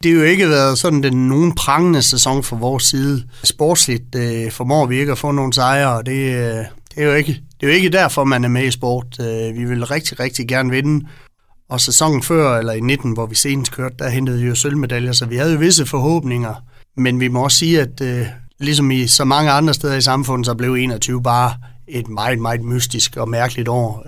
Det har jo ikke været sådan nogen prangende sæson fra vores side. Sportsligt formår vi ikke at få nogle sejre, og det er jo ikke derfor, man er med i sport. Vi vil rigtig, rigtig gerne vinde. Og sæsonen før, eller i 19, hvor vi senest kørte, der hentede vi jo sølvmedaljer, så vi havde jo visse forhåbninger. Men vi må også sige, at ligesom i så mange andre steder i samfundet, så blev 21 bare et meget, meget mystisk og mærkeligt år.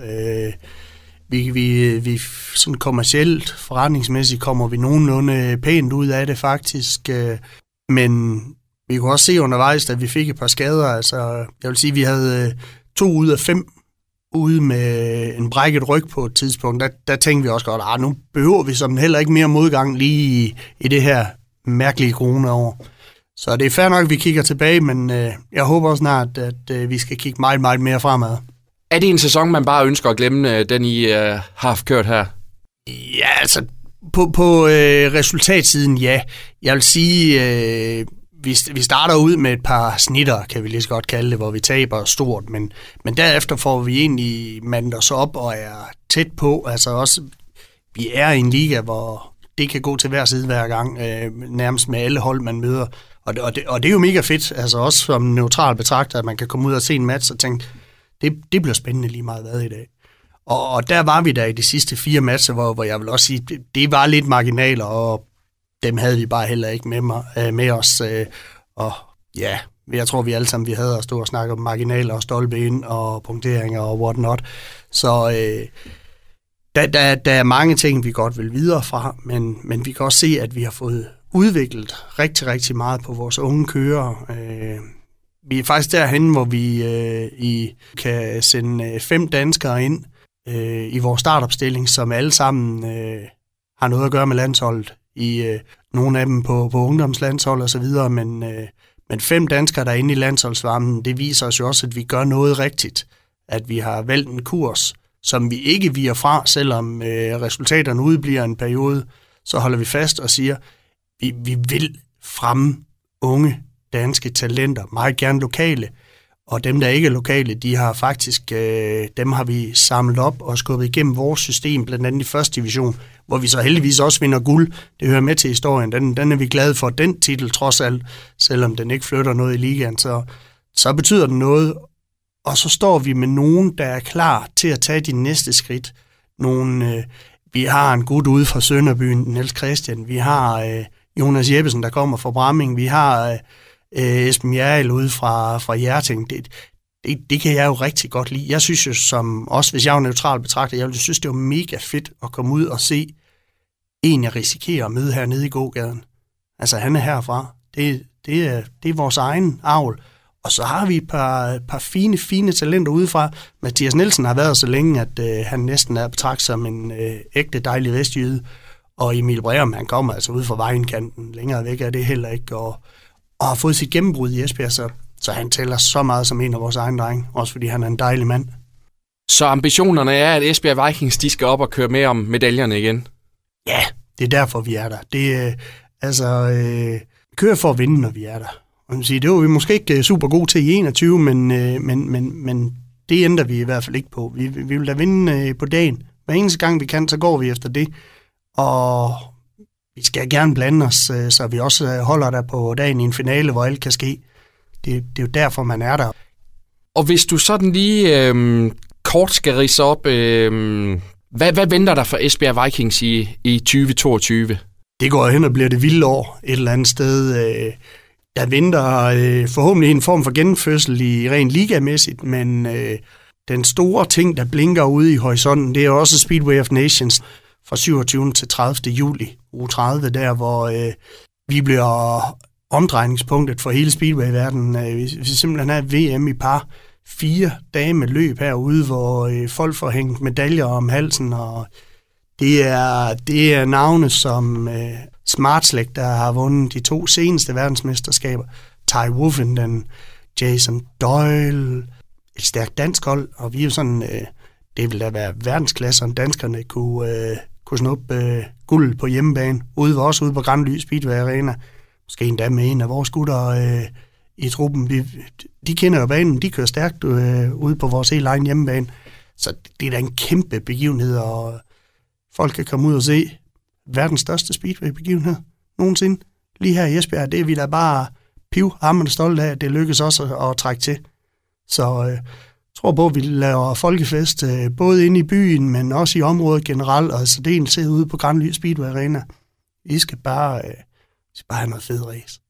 Vi sådan kommercielt, forretningsmæssigt kommer vi nogenlunde pænt ud af det faktisk, men vi kunne også se undervejs, at vi fik et par skader. Altså, jeg vil sige, at vi havde 2 ud af 5 ude med en brækket ryg på et tidspunkt. Der tænkte vi også godt, nu behøver vi sådan heller ikke mere modgang lige i det her mærkelige coronaår. Så det er fair nok, at vi kigger tilbage, men jeg håber også snart, at vi skal kigge meget, meget mere fremad. Er det en sæson, man bare ønsker at glemme, den I har haft kørt her? Ja, altså på resultatsiden, ja. Jeg vil sige, vi starter ud med et par snitter, kan vi lige så godt kalde det, hvor vi taber stort, men derefter får vi egentlig mandet os op og er tæt på. Altså også, vi er i en liga, hvor det kan gå til hver side hver gang, nærmest med alle hold, man møder. Og det er jo mega fedt, altså også som neutral betragter, at man kan komme ud og se en match og tænke, det bliver spændende lige meget hvad i dag. Og der var vi der i de sidste 4 matcher, hvor jeg vil også sige, det var lidt marginaler, og dem havde vi bare heller ikke med os. Og ja, jeg tror vi alle sammen, vi havde at stå og snakke om marginaler og stolpe ind og punkteringer og whatnot. Så der er mange ting, vi godt vil videre fra, men vi kan også se, at vi har fået udviklet rigtig, rigtig meget på vores unge kører. Vi er faktisk derhen, hvor vi kan sende 5 danskere ind i vores startopstilling, som alle sammen har noget at gøre med landsholdet. I nogle af dem på ungdomslandshold og så videre, men 5 danskere, der er inde i landsholdsvarmen, det viser os jo også, at vi gør noget rigtigt. At vi har valgt en kurs, som vi ikke viger fra, selvom resultaterne udbliver en periode, så holder vi fast og siger, vi vil fremme unge danske talenter, meget gerne lokale, og dem, der ikke er lokale, de har faktisk, dem har vi samlet op og skubbet igennem vores system, blandt andet i første division, hvor vi så heldigvis også vinder guld. Det hører med til historien. Den er vi glade for, den titel trods alt, selvom den ikke flytter noget i ligaen, så betyder den noget. Og så står vi med nogen, der er klar til at tage de næste skridt. Vi har en gut ude fra Sønderbyen, Niels Christian. Vi har Jonas Jeppesen, der kommer fra Bramming. Vi har Esben Jærl ude fra Hjerting. Det kan jeg jo rigtig godt lide. Jeg synes jo, som også hvis jeg er neutral betragter, jeg synes, det var mega fedt at komme ud og se en, jeg risikerer at møde hernede i gågaden. Altså, han er herfra. Det er vores egen avl. Og så har vi et par fine talenter udefra. Mathias Nielsen har været så længe, at han næsten er betragtet som en ægte dejlig vestjyde. Og Emil Breum, han kommer altså ud fra Vejenkanten. Længere væk er det heller ikke. Og har fået sit gennembrud i Esbjerg, så han tæller så meget som en af vores egne drenge. Også fordi han er en dejlig mand. Så ambitionerne er, at Esbjerg Vikings, de skal op og køre med om medaljerne igen? Ja, det er derfor, vi er der. Kører for at vinde, når vi er der. Det var vi måske ikke super gode til i 21, men det ændrer vi i hvert fald ikke på. Vi vil da vinde på dagen. Hver eneste gang vi kan, så går vi efter det. Og vi skal gerne blande os, så vi også holder der på dagen i en finale, hvor alt kan ske. Det er jo derfor, man er der. Og hvis du sådan lige kort skal ridse op, hvad venter der for Esbjerg Vikings i 2022? Det går hen og bliver det vilde år et eller andet sted. Der venter forhåbentlig en form for genfødsel i rent ligamæssigt, men den store ting, der blinker ude i horisonten, det er også Speedway of Nations fra 27. til 30. juli, uge 30, der hvor vi bliver omdrejningspunktet for hele Speedway-verdenen. Vi simpelthen har VM i par 4 dage med løb herude, hvor folk får hængt medaljer om halsen, og det er navne som Smartslægt, der har vundet de 2 seneste verdensmesterskaber, Ty Wolfenden, Jason Doyle, et stærkt dansk hold, og vi er jo sådan, det vil da være verdensklasse, om danskerne kunne snuppe guld på hjemmebane, ude på Grandly Speedway Arena, måske endda med en af vores gutter i truppen. De kender jo banen, de kører stærkt ude på vores helt egen hjemmebane, så det er da en kæmpe begivenhed, og folk kan komme ud og se verdens største Speedway-begivenhed. nogensinde. Lige her i Esbjerg, det er vi da bare pivhamrende stolte af, at det lykkes også at trække til. Så jeg tror på, at vi laver folkefest både inde i byen, men også i området generelt, og så det er en ude på Granly Speedway Arena. I skal bare have noget fed race.